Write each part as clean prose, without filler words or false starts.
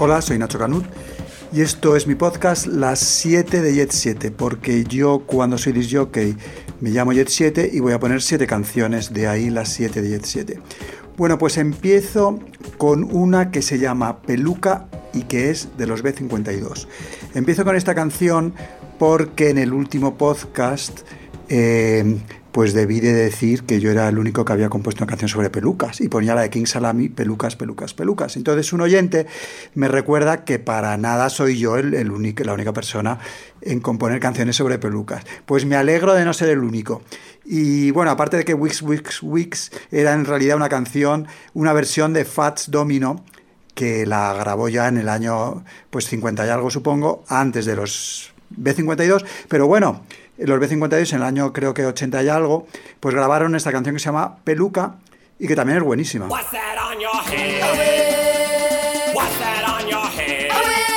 Hola, soy Nacho Canut y esto es mi podcast Las 7 de Jet 7, porque yo cuando soy disc jockey me llamo Jet 7 y voy a poner 7 canciones, de ahí las 7 de Jet 7. Bueno, pues empiezo con una que se llama Peluca y que es de los B52. Empiezo con esta canción porque en el último podcast pues debí de decir que yo era el único que había compuesto una canción sobre pelucas y ponía la de King Salami, pelucas, pelucas, pelucas. Entonces un oyente me recuerda que para nada soy yo la única persona en componer canciones sobre pelucas. Pues me alegro de no ser el único. Y bueno, aparte de que Wix era en realidad una canción, una versión de Fats Domino, que la grabó ya en el año pues 50 y algo, supongo, antes de los B52, pero bueno, los B52 en el año creo que 80 y algo, pues grabaron esta canción que se llama Peluca y que también es buenísima. What's that on your head? What's that on your head?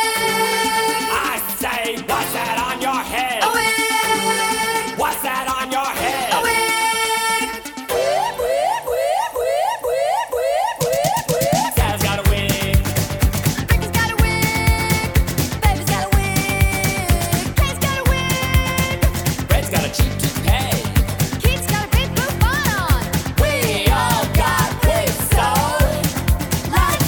I say, what's that on your head? What's that on your head? Sal's got a wig. Ricky's got a wig. Baby's got a wig. Kay's got a wig. Red's got a cheap toupee. Keith's got a big blue bun on. We all got wigs, so Like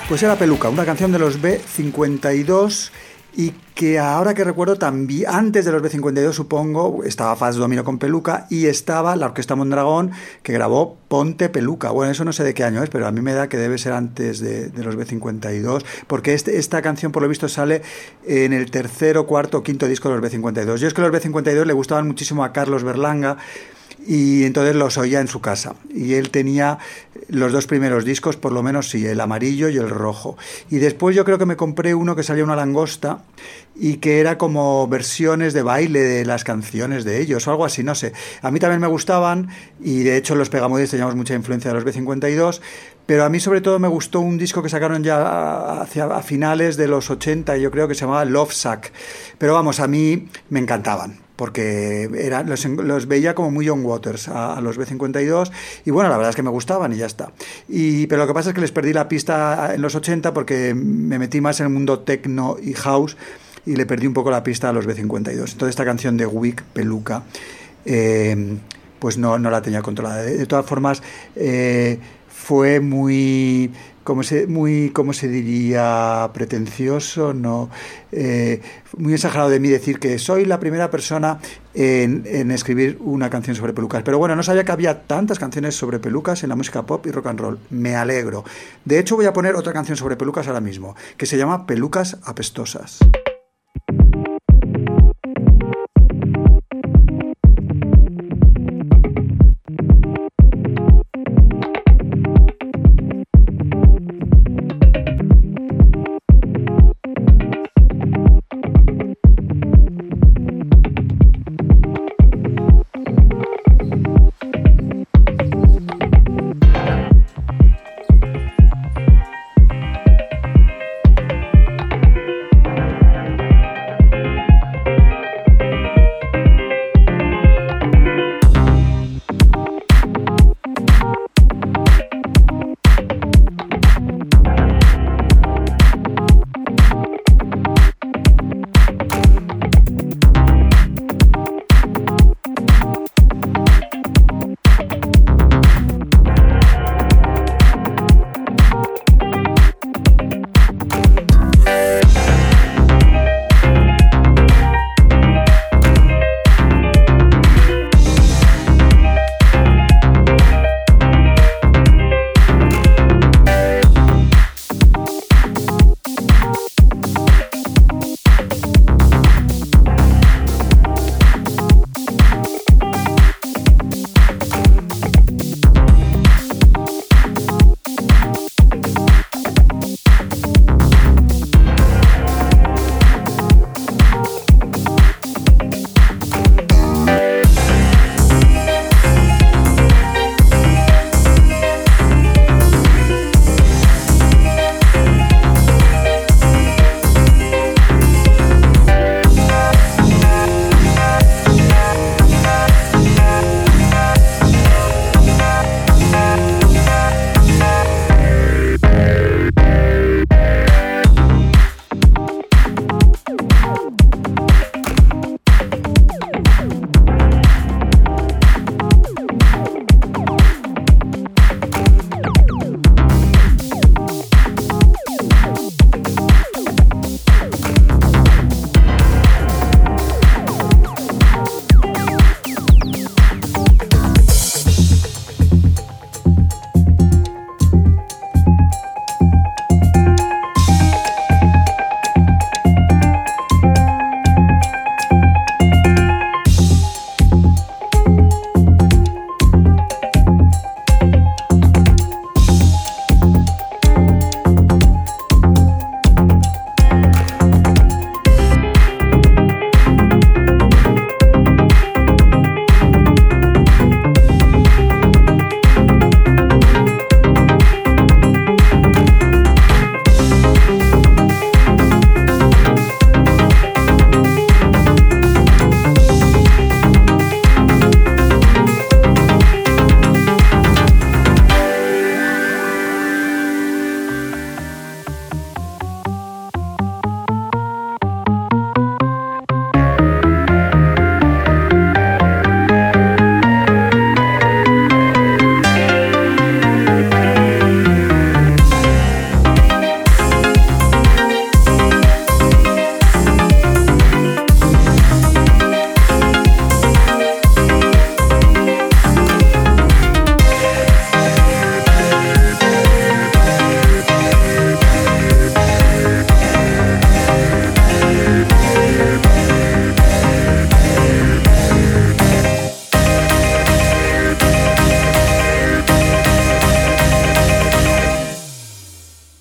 Pues era Peluca, una canción de los B52 y que ahora que recuerdo también, antes de los B52 supongo, estaba Fats Domino con Peluca y estaba la Orquesta Mondragón que grabó Ponte Peluca. Bueno, eso no sé de qué año es, pero a mí me da que debe ser antes de los B52, porque esta canción por lo visto sale en el tercer o cuarto o quinto disco de los B52. Yo es que los B52 le gustaban muchísimo a Carlos Berlanga, y entonces los oía en su casa y él tenía los dos primeros discos, por lo menos sí, el amarillo y el rojo, y después yo creo que me compré uno que salía una langosta y que era como versiones de baile de las canciones de ellos o algo así, no sé, a mí también me gustaban y de hecho los Pegamoides teníamos mucha influencia de los B52, pero a mí sobre todo me gustó un disco que sacaron ya a finales de los 80, yo creo, que se llamaba Love Shack, pero vamos, a mí me encantaban porque los veía como muy Young Waters a los B52 y bueno, la verdad es que me gustaban y ya está. Pero lo que pasa es que les perdí la pista en los 80 porque me metí más en el mundo techno y house y le perdí un poco la pista a los B52. Entonces esta canción de Wick, Peluca, pues no la tenía controlada. De todas formas, fue muy, ¿cómo se diría? Pretencioso, no, muy exagerado de mí decir que soy la primera persona en escribir una canción sobre pelucas. Pero bueno, no sabía que había tantas canciones sobre pelucas en la música pop y rock and roll. Me alegro. De hecho, voy a poner otra canción sobre pelucas ahora mismo, que se llama Pelucas Apestosas.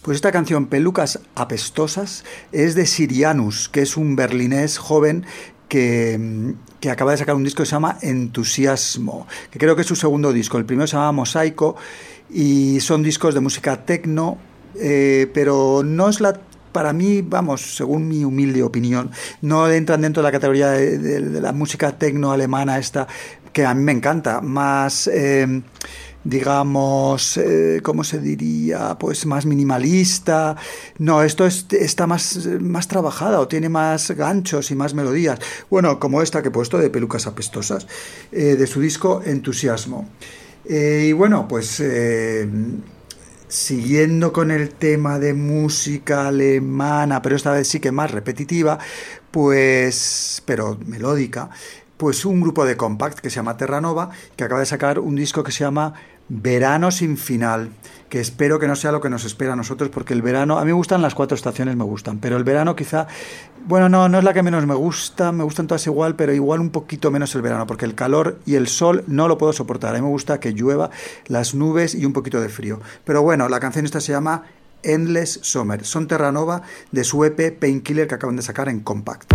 Pues esta canción, Pelucas Apestosas, es de Sirianus, que es un berlinés joven que acaba de sacar un disco que se llama Entusiasmo, que creo que es su segundo disco. El primero se llama Mosaico y son discos de música techno, pero no es la... Para mí, vamos, según mi humilde opinión, no entran dentro de la categoría de la música techno alemana esta, que a mí me encanta, más... digamos, ¿cómo se diría? Pues más minimalista. No, esto está más trabajada o tiene más ganchos y más melodías. Bueno, como esta que he puesto de Pelucas Apestosas, de su disco Entusiasmo. Y bueno, pues siguiendo con el tema de música alemana, pero esta vez sí que más repetitiva, pues, pero melódica, pues un grupo de compact que se llama Terranova, que acaba de sacar un disco que se llama Verano sin final, que espero que no sea lo que nos espera a nosotros, porque el verano, a mí me gustan las 4 estaciones, me gustan, pero el verano quizá, bueno, no es la que menos me gustan todas igual, pero igual un poquito menos el verano, porque el calor y el sol no lo puedo soportar. A mí me gusta que llueva, las nubes y un poquito de frío. Pero bueno, la canción esta se llama Endless Summer. Son Terranova de su EP Painkiller, que acaban de sacar en Compact.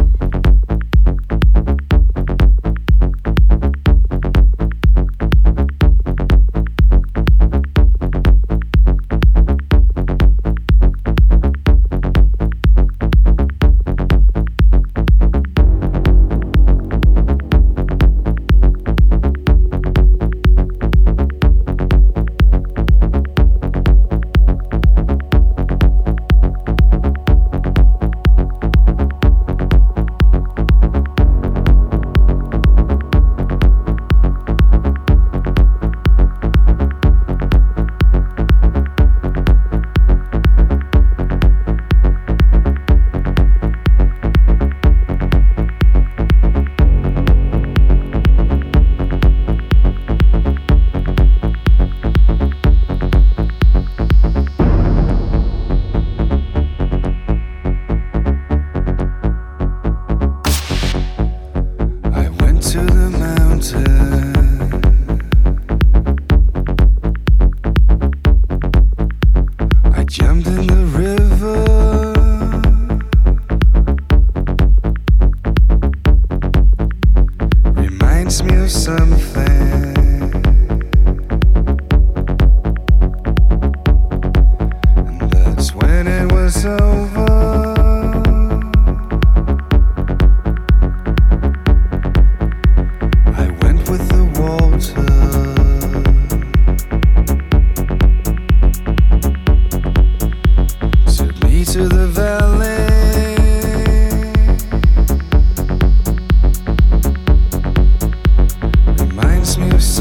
Reminds me of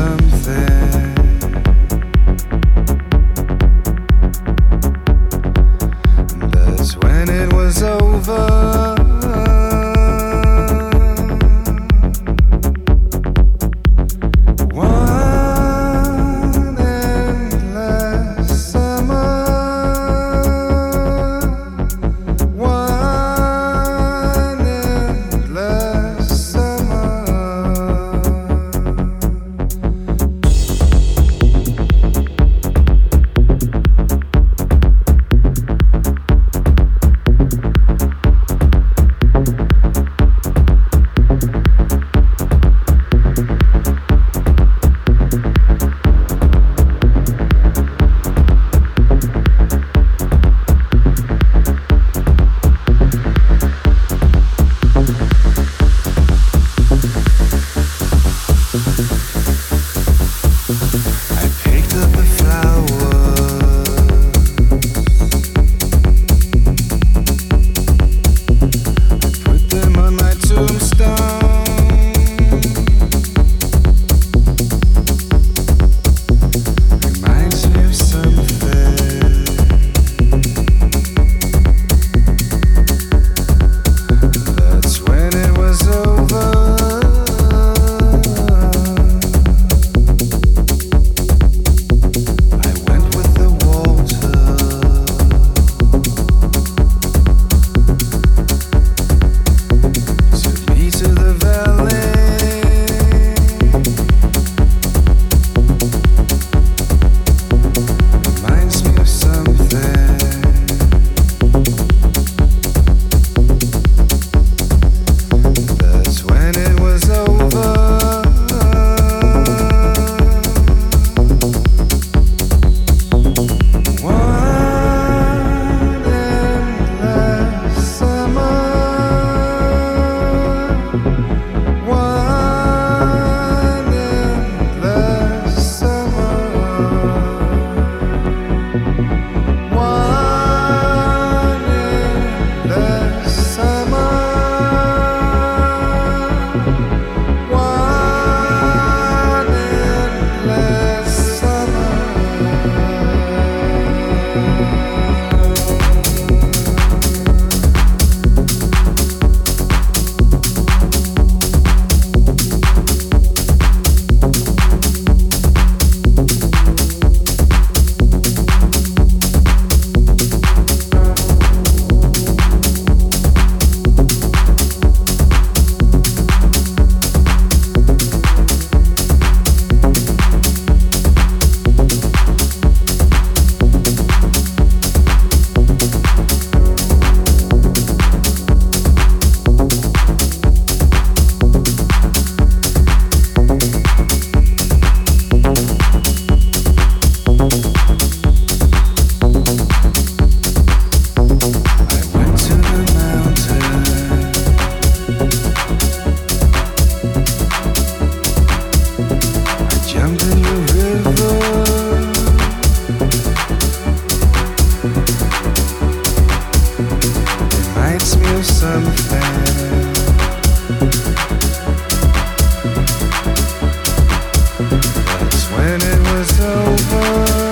That's when it was over.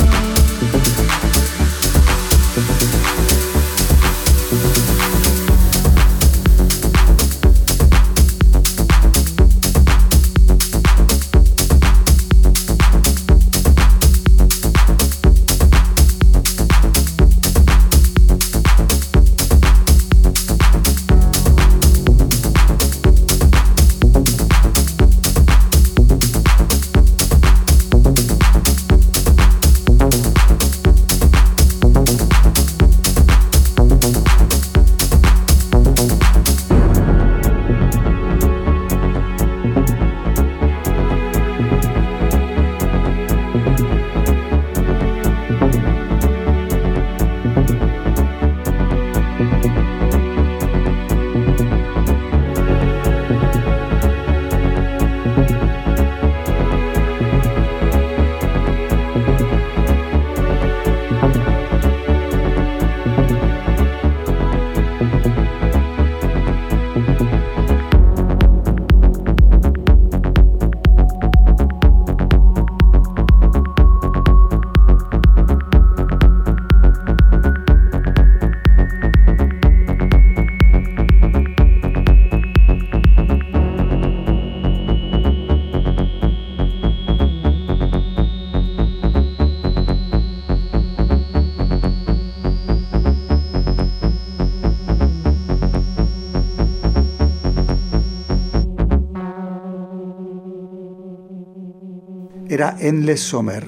Era Endless Summer,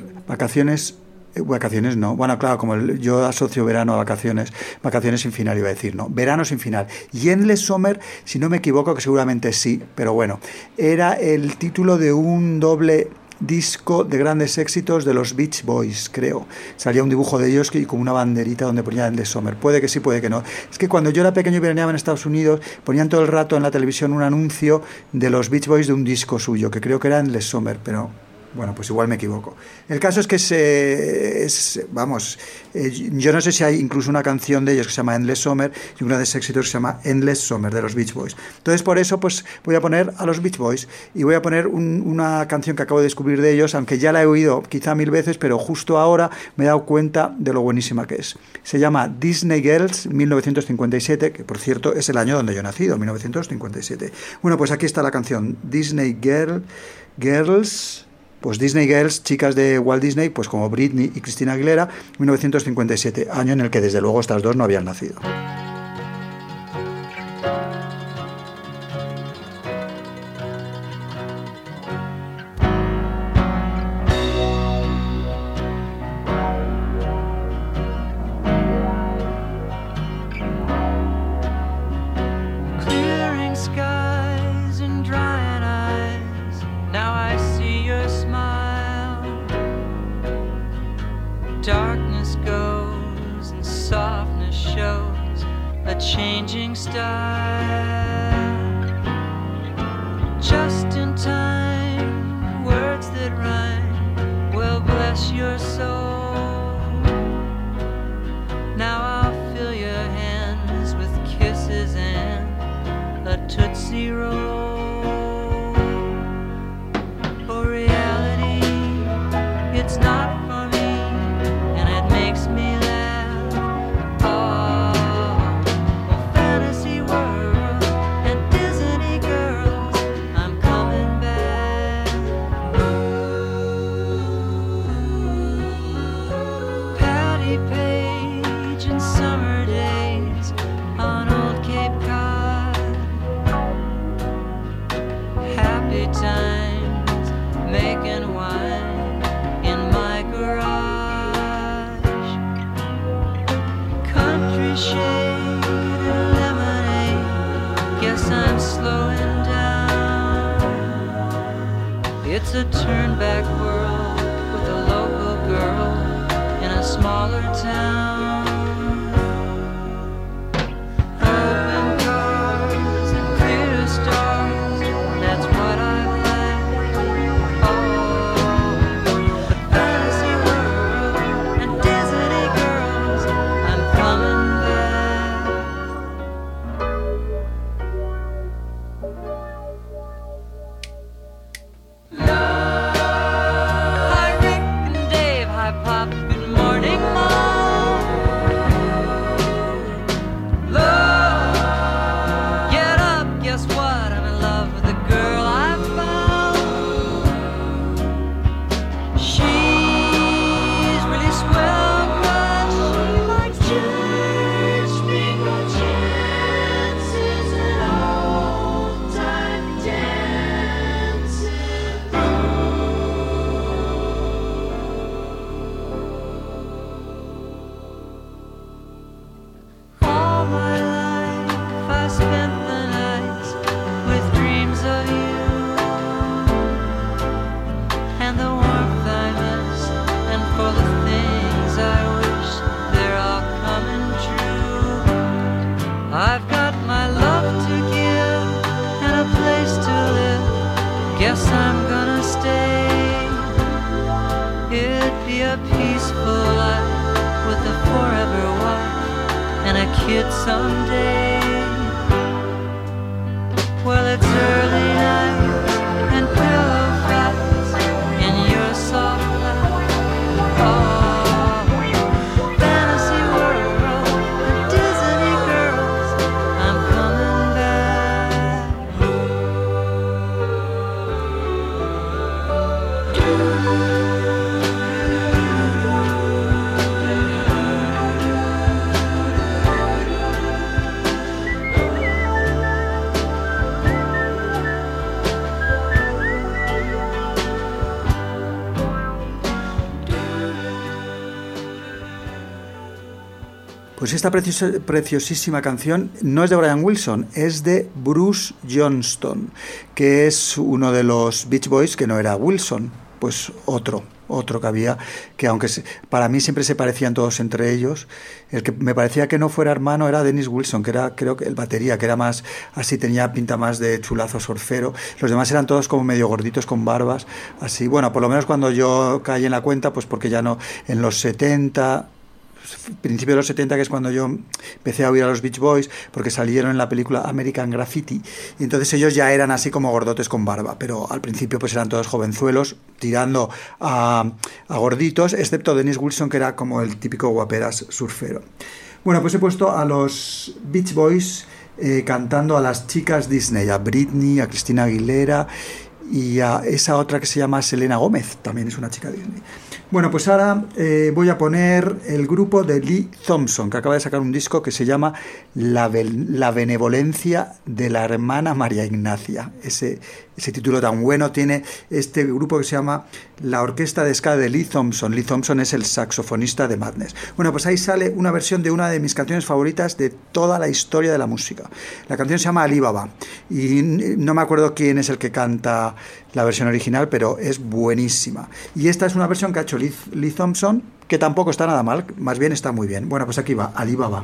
vacaciones no, bueno, claro, como yo asocio verano a vacaciones sin final iba a decir, no, verano sin final. Y Endless Summer, si no me equivoco, que seguramente sí, pero bueno, era el título de un doble disco de grandes éxitos de los Beach Boys, creo. Salía un dibujo de ellos y con una banderita donde ponía Endless Summer. Puede que sí, puede que no. Es que cuando yo era pequeño y veraneaba en Estados Unidos, ponían todo el rato en la televisión un anuncio de los Beach Boys de un disco suyo, que creo que era Endless Summer, pero bueno, pues igual me equivoco. El caso es que yo no sé si hay incluso una canción de ellos que se llama Endless Summer y una de esos éxitos que se llama Endless Summer de los Beach Boys. Entonces por eso pues voy a poner a los Beach Boys y voy a poner una canción que acabo de descubrir de ellos, aunque ya la he oído quizá 1000 veces, pero justo ahora me he dado cuenta de lo buenísima que es. Se llama Disney Girls 1957, que por cierto es el año donde yo he nacido, 1957. Bueno, pues aquí está la canción Disney Girls. Pues Disney Girls, chicas de Walt Disney, pues como Britney y Christina Aguilera, 1957, año en el que desde luego estas dos no habían nacido. Clearing skies and drying eyes. Now I see your smile. Darkness goes and softness shows a changing style. Just in time, words that rhyme will bless your soul. Now I'll fill your hands with kisses and a Tootsie Roll. For reality, it's not for me, and it makes me laugh. Oh, fantasy world and Disney girls, I'm coming back. Patty Page and summer days on old Cape Cod. Happy times making wine in my garage. Country shade and lemonade, guess I'm slowing down. It's a turn back world with a local girl in a smaller town. Open cars and clear stars, that's what I like. Oh, the fantasy world and Disney girls, I'm coming back. Guess I'm gonna stay. It'd be a peaceful life with a forever wife and a kid someday. Well, it's early night and pillow fights in your soft light. Oh, fantasy world of Disney girls, I'm coming back. Pues esta preciosísima canción no es de Brian Wilson, es de Bruce Johnston, que es uno de los Beach Boys, que no era Wilson, pues otro que había, que aunque para mí siempre se parecían todos entre ellos, el que me parecía que no fuera hermano era Dennis Wilson, que era, creo que el batería, que era más así, tenía pinta más de chulazo surfero. Los demás eran todos como medio gorditos con barbas, así, bueno, por lo menos cuando yo caí en la cuenta, pues porque ya no, en los 70... principio de los 70, que es cuando yo empecé a oír a los Beach Boys, porque salieron en la película American Graffiti, y entonces ellos ya eran así como gordotes con barba, pero al principio pues eran todos jovenzuelos, tirando a gorditos, excepto Dennis Wilson, que era como el típico guaperas surfero. Bueno, pues he puesto a los Beach Boys cantando a las chicas Disney, a Britney, a Christina Aguilera y a esa otra que se llama Selena Gómez, también es una chica Disney. Bueno, pues ahora voy a poner el grupo de Lee Thompson, que acaba de sacar un disco que se llama La benevolencia de la hermana María Ignacia. Ese título tan bueno tiene este grupo que se llama la Orquesta de Ska de Lee Thompson. Lee Thompson es el saxofonista de Madness. Bueno, pues ahí sale una versión de una de mis canciones favoritas de toda la historia de la música. La canción se llama Alibaba y no me acuerdo quién es el que canta la versión original, pero es buenísima. Y esta es una versión que ha hecho Lee Thompson, que tampoco está nada mal, más bien está muy bien. Bueno, pues aquí va, Alibaba.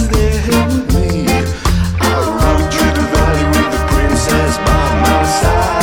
Side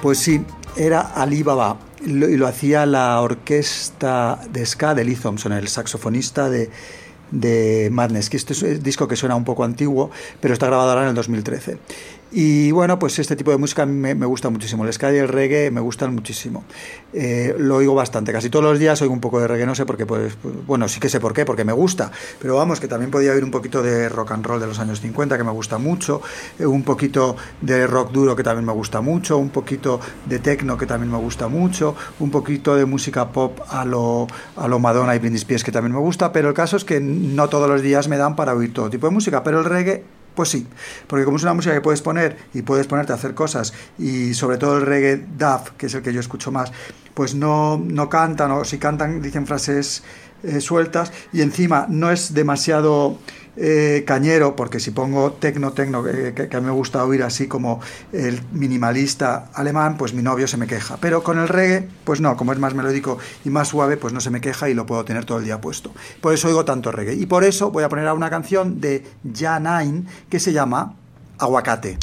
Pues sí, era Ali Baba y lo hacía la orquesta de ska de Lee Thompson, el saxofonista de Madness, que este es un disco que suena un poco antiguo, pero está grabado ahora en el 2013. Y bueno, pues este tipo de música a mí me gusta muchísimo. El ska y el reggae me gustan muchísimo. Lo oigo bastante. Casi todos los días oigo un poco de reggae. No sé por qué. Pues, bueno, sí que sé por qué, porque me gusta. Pero vamos, que también podía oír un poquito de rock and roll de los años 50, que me gusta mucho. Un poquito de rock duro, que también me gusta mucho. Un poquito de techno, que también me gusta mucho. Un poquito de música pop a lo Madonna y Britney Spears, que también me gusta. Pero el caso es que no todos los días me dan para oír todo tipo de música. Pero el reggae, pues sí, porque como es una música que puedes poner y puedes ponerte a hacer cosas, y sobre todo el reggae dub, que es el que yo escucho más, pues no cantan, o si cantan dicen frases sueltas, y encima no es demasiado cañero, porque si pongo techno que a mí me gusta oír así como el minimalista alemán, pues mi novio se me queja. Pero con el reggae, pues no, como es más melódico y más suave, pues no se me queja y lo puedo tener todo el día puesto. Por eso oigo tanto reggae. Y por eso voy a poner a una canción de Ja9 que se llama Aguacate.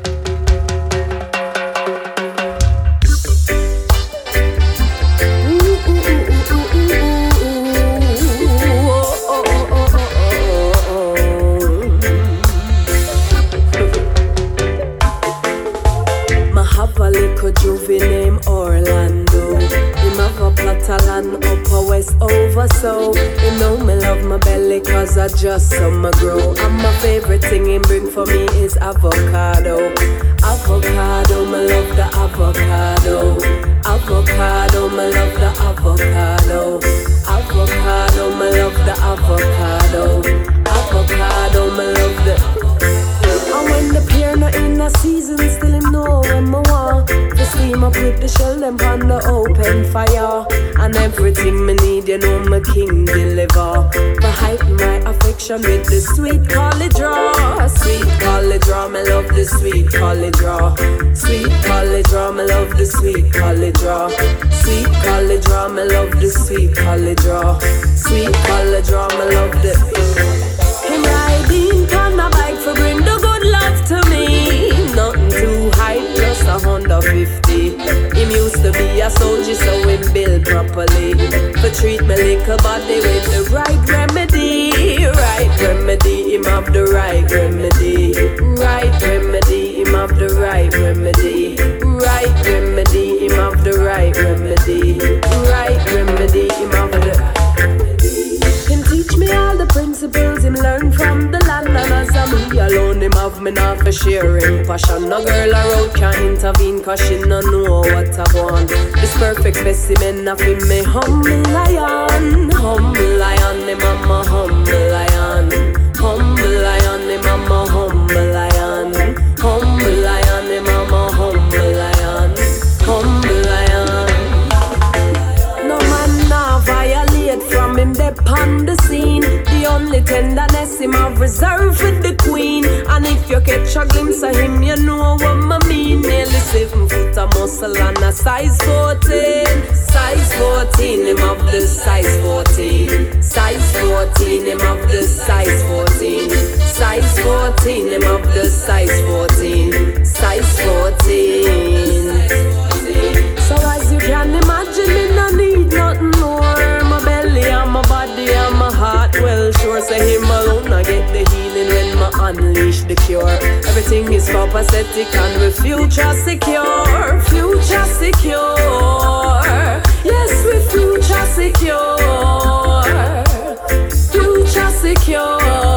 Juvie name Orlando. Him have a plot of land up a west over so. You know me love my belly cause I just summer grow. And my favorite thing him bring for me is avocado. Avocado, me love the avocado. Avocado, me love the avocado. Avocado, me love the avocado. Avocado, me love the. And when the pear not in a season, still him know when me want to steam up with the shell them on the open fire. And everything me need, you know my king deliver. To heighten my affection with the sweet college draw. Sweet college draw, me love the sweet college draw. Sweet college draw, me love the sweet college draw. Sweet college draw, me love the sweet college draw. Sweet college draw, me love the. Him riding on a bike for bring the good love to me. Nothing too high, plus 150. Him used to be a soldier, so him build properly. For treat me little body with the right remedy. Right remedy, him have the right remedy. Right remedy, him have the right remedy. Right remedy, him have the right remedy. Right remedy, him have the. Him teach me all the principles him learn from the land. And as I'm me alone, him have me not for sharing passion. No girl around can intervene cause she no know what I want. This perfect specimen of him, me humble lion. Humble lion, him I'm a humble lion. Humble lion, him I'm a humble lion. Humble lion, him I'm a humble lion. Humble lion. No man now violate from him they on the scene. The only tenderness him have reserved with the queen. And if you catch a glimpse of him, you know what I mean. Nearly 7 foot of muscle and a size 14. Size 14, him have the size 14. Size 14, him have the size 14. Size 14, him have the size 14. Size 14. So as you can imagine, me no need nothing more. My belly and my body and my heart, well sure. Say him alone I get the healing when I unleash the cure. Everything is copacetic and with future secure. Future secure. Yes, with future secure. Future secure.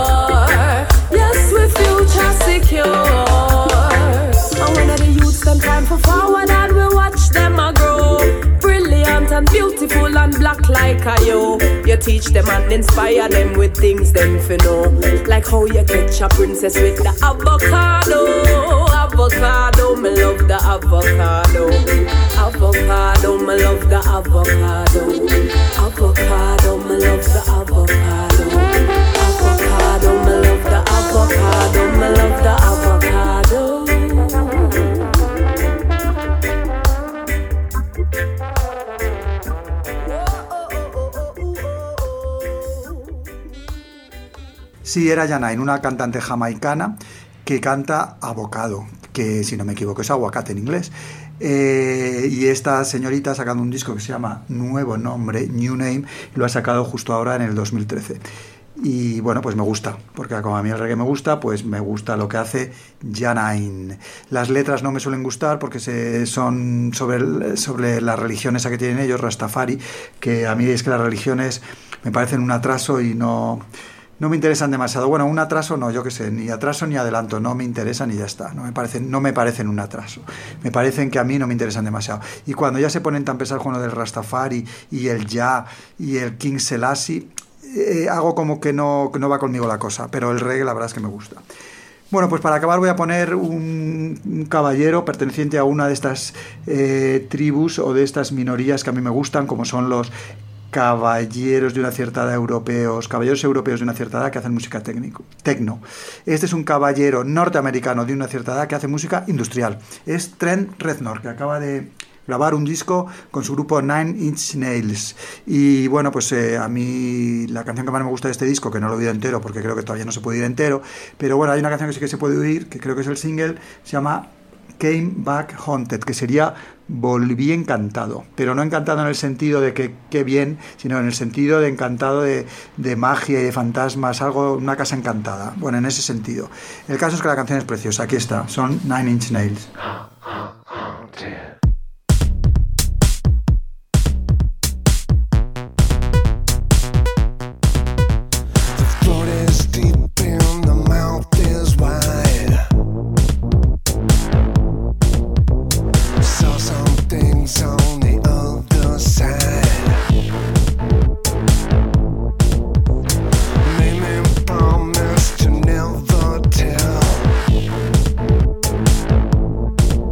Yes, with future secure. And when the youths them time for forward and we watch them a grow. Brilliant and beautiful and black like a yo. You teach them and inspire them with things them fi know. Like how you catch a princess with the avocado. Avocado, me love the avocado. Avocado, me love the avocado. Avocado, me love the avocado. Avocado, me love the avocado. Me love the avocado. Sí, era Ja9, una cantante jamaicana que canta Avocado, que si no me equivoco es aguacate en inglés. Y esta señorita ha sacado un disco que se llama Nuevo Nombre, New Name, y lo ha sacado justo ahora en el 2013. Y bueno, pues me gusta, porque como a mí el reggae me gusta, pues me gusta lo que hace Janine. Las letras no me suelen gustar porque son sobre la religión esa que tienen ellos, Rastafari, que a mí es que las religiones me parecen un atraso y no me interesan demasiado. Bueno, un atraso no, yo qué sé, ni atraso ni adelanto, no me interesan y ya está. No me parecen un atraso. Me parecen que a mí no me interesan demasiado. Y cuando ya se ponen tan pesados con lo del Rastafari y el Ya y el King Selassie, hago como que no va conmigo la cosa, pero el reggae la verdad es que me gusta. Bueno, pues para acabar voy a poner un caballero perteneciente a una de estas tribus o de estas minorías que a mí me gustan, como son los caballeros de una cierta edad europeos, caballeros europeos de una cierta edad que hacen música tecno. Este es un caballero norteamericano de una cierta edad que hace música industrial. Es Trent Reznor, que acaba de grabar un disco con su grupo Nine Inch Nails. Y bueno, pues a mí la canción que más me gusta de este disco, que no lo he oído entero porque creo que todavía no se puede ir entero, pero bueno, hay una canción que sí que se puede oír, que creo que es el single, se llama Came Back Haunted, que sería Volví encantado, pero no encantado en el sentido de que qué bien, sino en el sentido de encantado de magia y de fantasmas, una casa encantada. Bueno, en ese sentido. El caso es que la canción es preciosa. Aquí está, son Nine Inch Nails. Promise to never tell.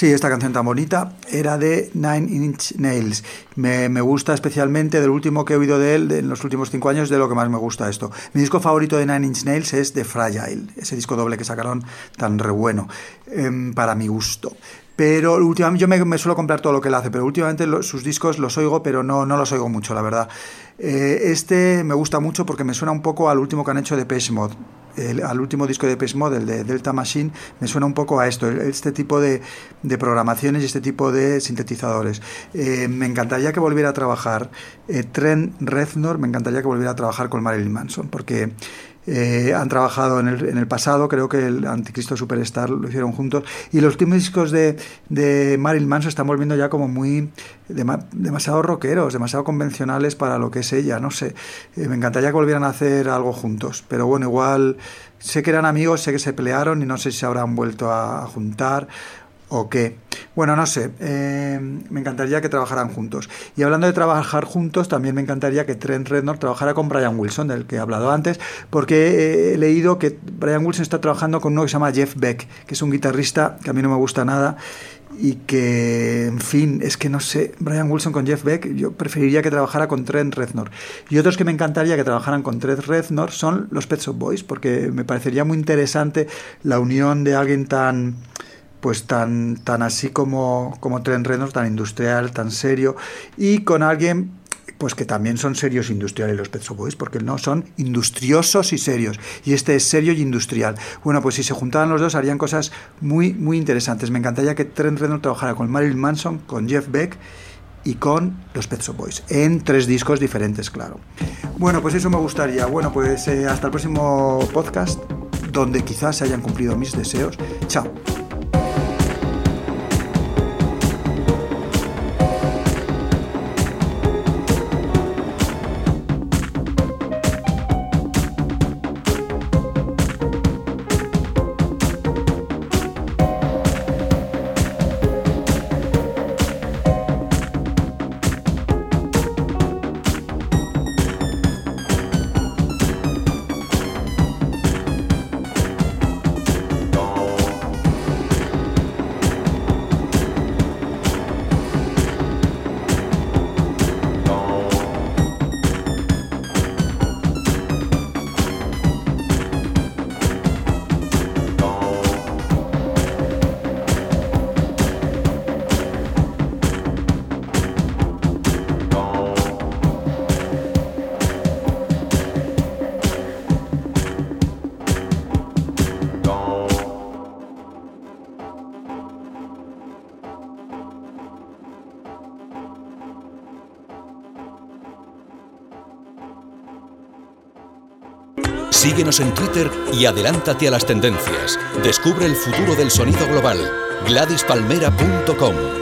Sí, esta canción tan bonita era de Nine Inch Nails. Me gusta especialmente, del último que he oído de él en los últimos 5 años, de lo que más me gusta esto. Mi disco favorito de Nine Inch Nails es The Fragile, ese disco doble que sacaron tan re bueno, para mi gusto. Pero últimamente yo me suelo comprar todo lo que él hace, pero últimamente sus discos los oigo, pero no los oigo mucho, la verdad. Este me gusta mucho porque me suena un poco al último que han hecho de Depeche Mode. Al último disco de Depeche Mode, el de Delta Machine, me suena un poco a esto, este tipo de programaciones y este tipo de sintetizadores. Me encantaría que volviera a trabajar Trent Reznor, me encantaría que volviera a trabajar con Marilyn Manson, porque han trabajado en el pasado, creo que el Anticristo Superstar lo hicieron juntos, y los últimos discos de Marilyn Manson están volviendo ya como muy demasiado rockeros, demasiado convencionales para lo que es ella, no sé. Me encantaría que volvieran a hacer algo juntos, pero bueno, igual sé que eran amigos, sé que se pelearon y no sé si se habrán vuelto a juntar o qué. Bueno, no sé, me encantaría que trabajaran juntos. Y hablando de trabajar juntos, también me encantaría que Trent Reznor trabajara con Brian Wilson, del que he hablado antes, porque he leído que Brian Wilson está trabajando con uno que se llama Jeff Beck, que es un guitarrista que a mí no me gusta nada y que, en fin, es que no sé, Brian Wilson con Jeff Beck, yo preferiría que trabajara con Trent Reznor. Y otros que me encantaría que trabajaran con Trent Reznor son los Pet Shop Boys, porque me parecería muy interesante la unión de alguien tan así como Trent Reznor, tan industrial, tan serio, y con alguien pues que también son serios industriales los Pet Shop Boys, porque no son industriosos y serios, y este es serio y industrial. Bueno, pues si se juntaran los dos harían cosas muy, muy interesantes. Me encantaría que Trent Reznor trabajara con Marilyn Manson, con Jeff Beck y con los Pet Shop Boys, en 3 discos diferentes, claro. Bueno, pues eso me gustaría. Bueno, pues hasta el próximo podcast, donde quizás se hayan cumplido mis deseos. Chao. Síguenos en Twitter y adelántate a las tendencias. Descubre el futuro del sonido global. GladysPalmera.com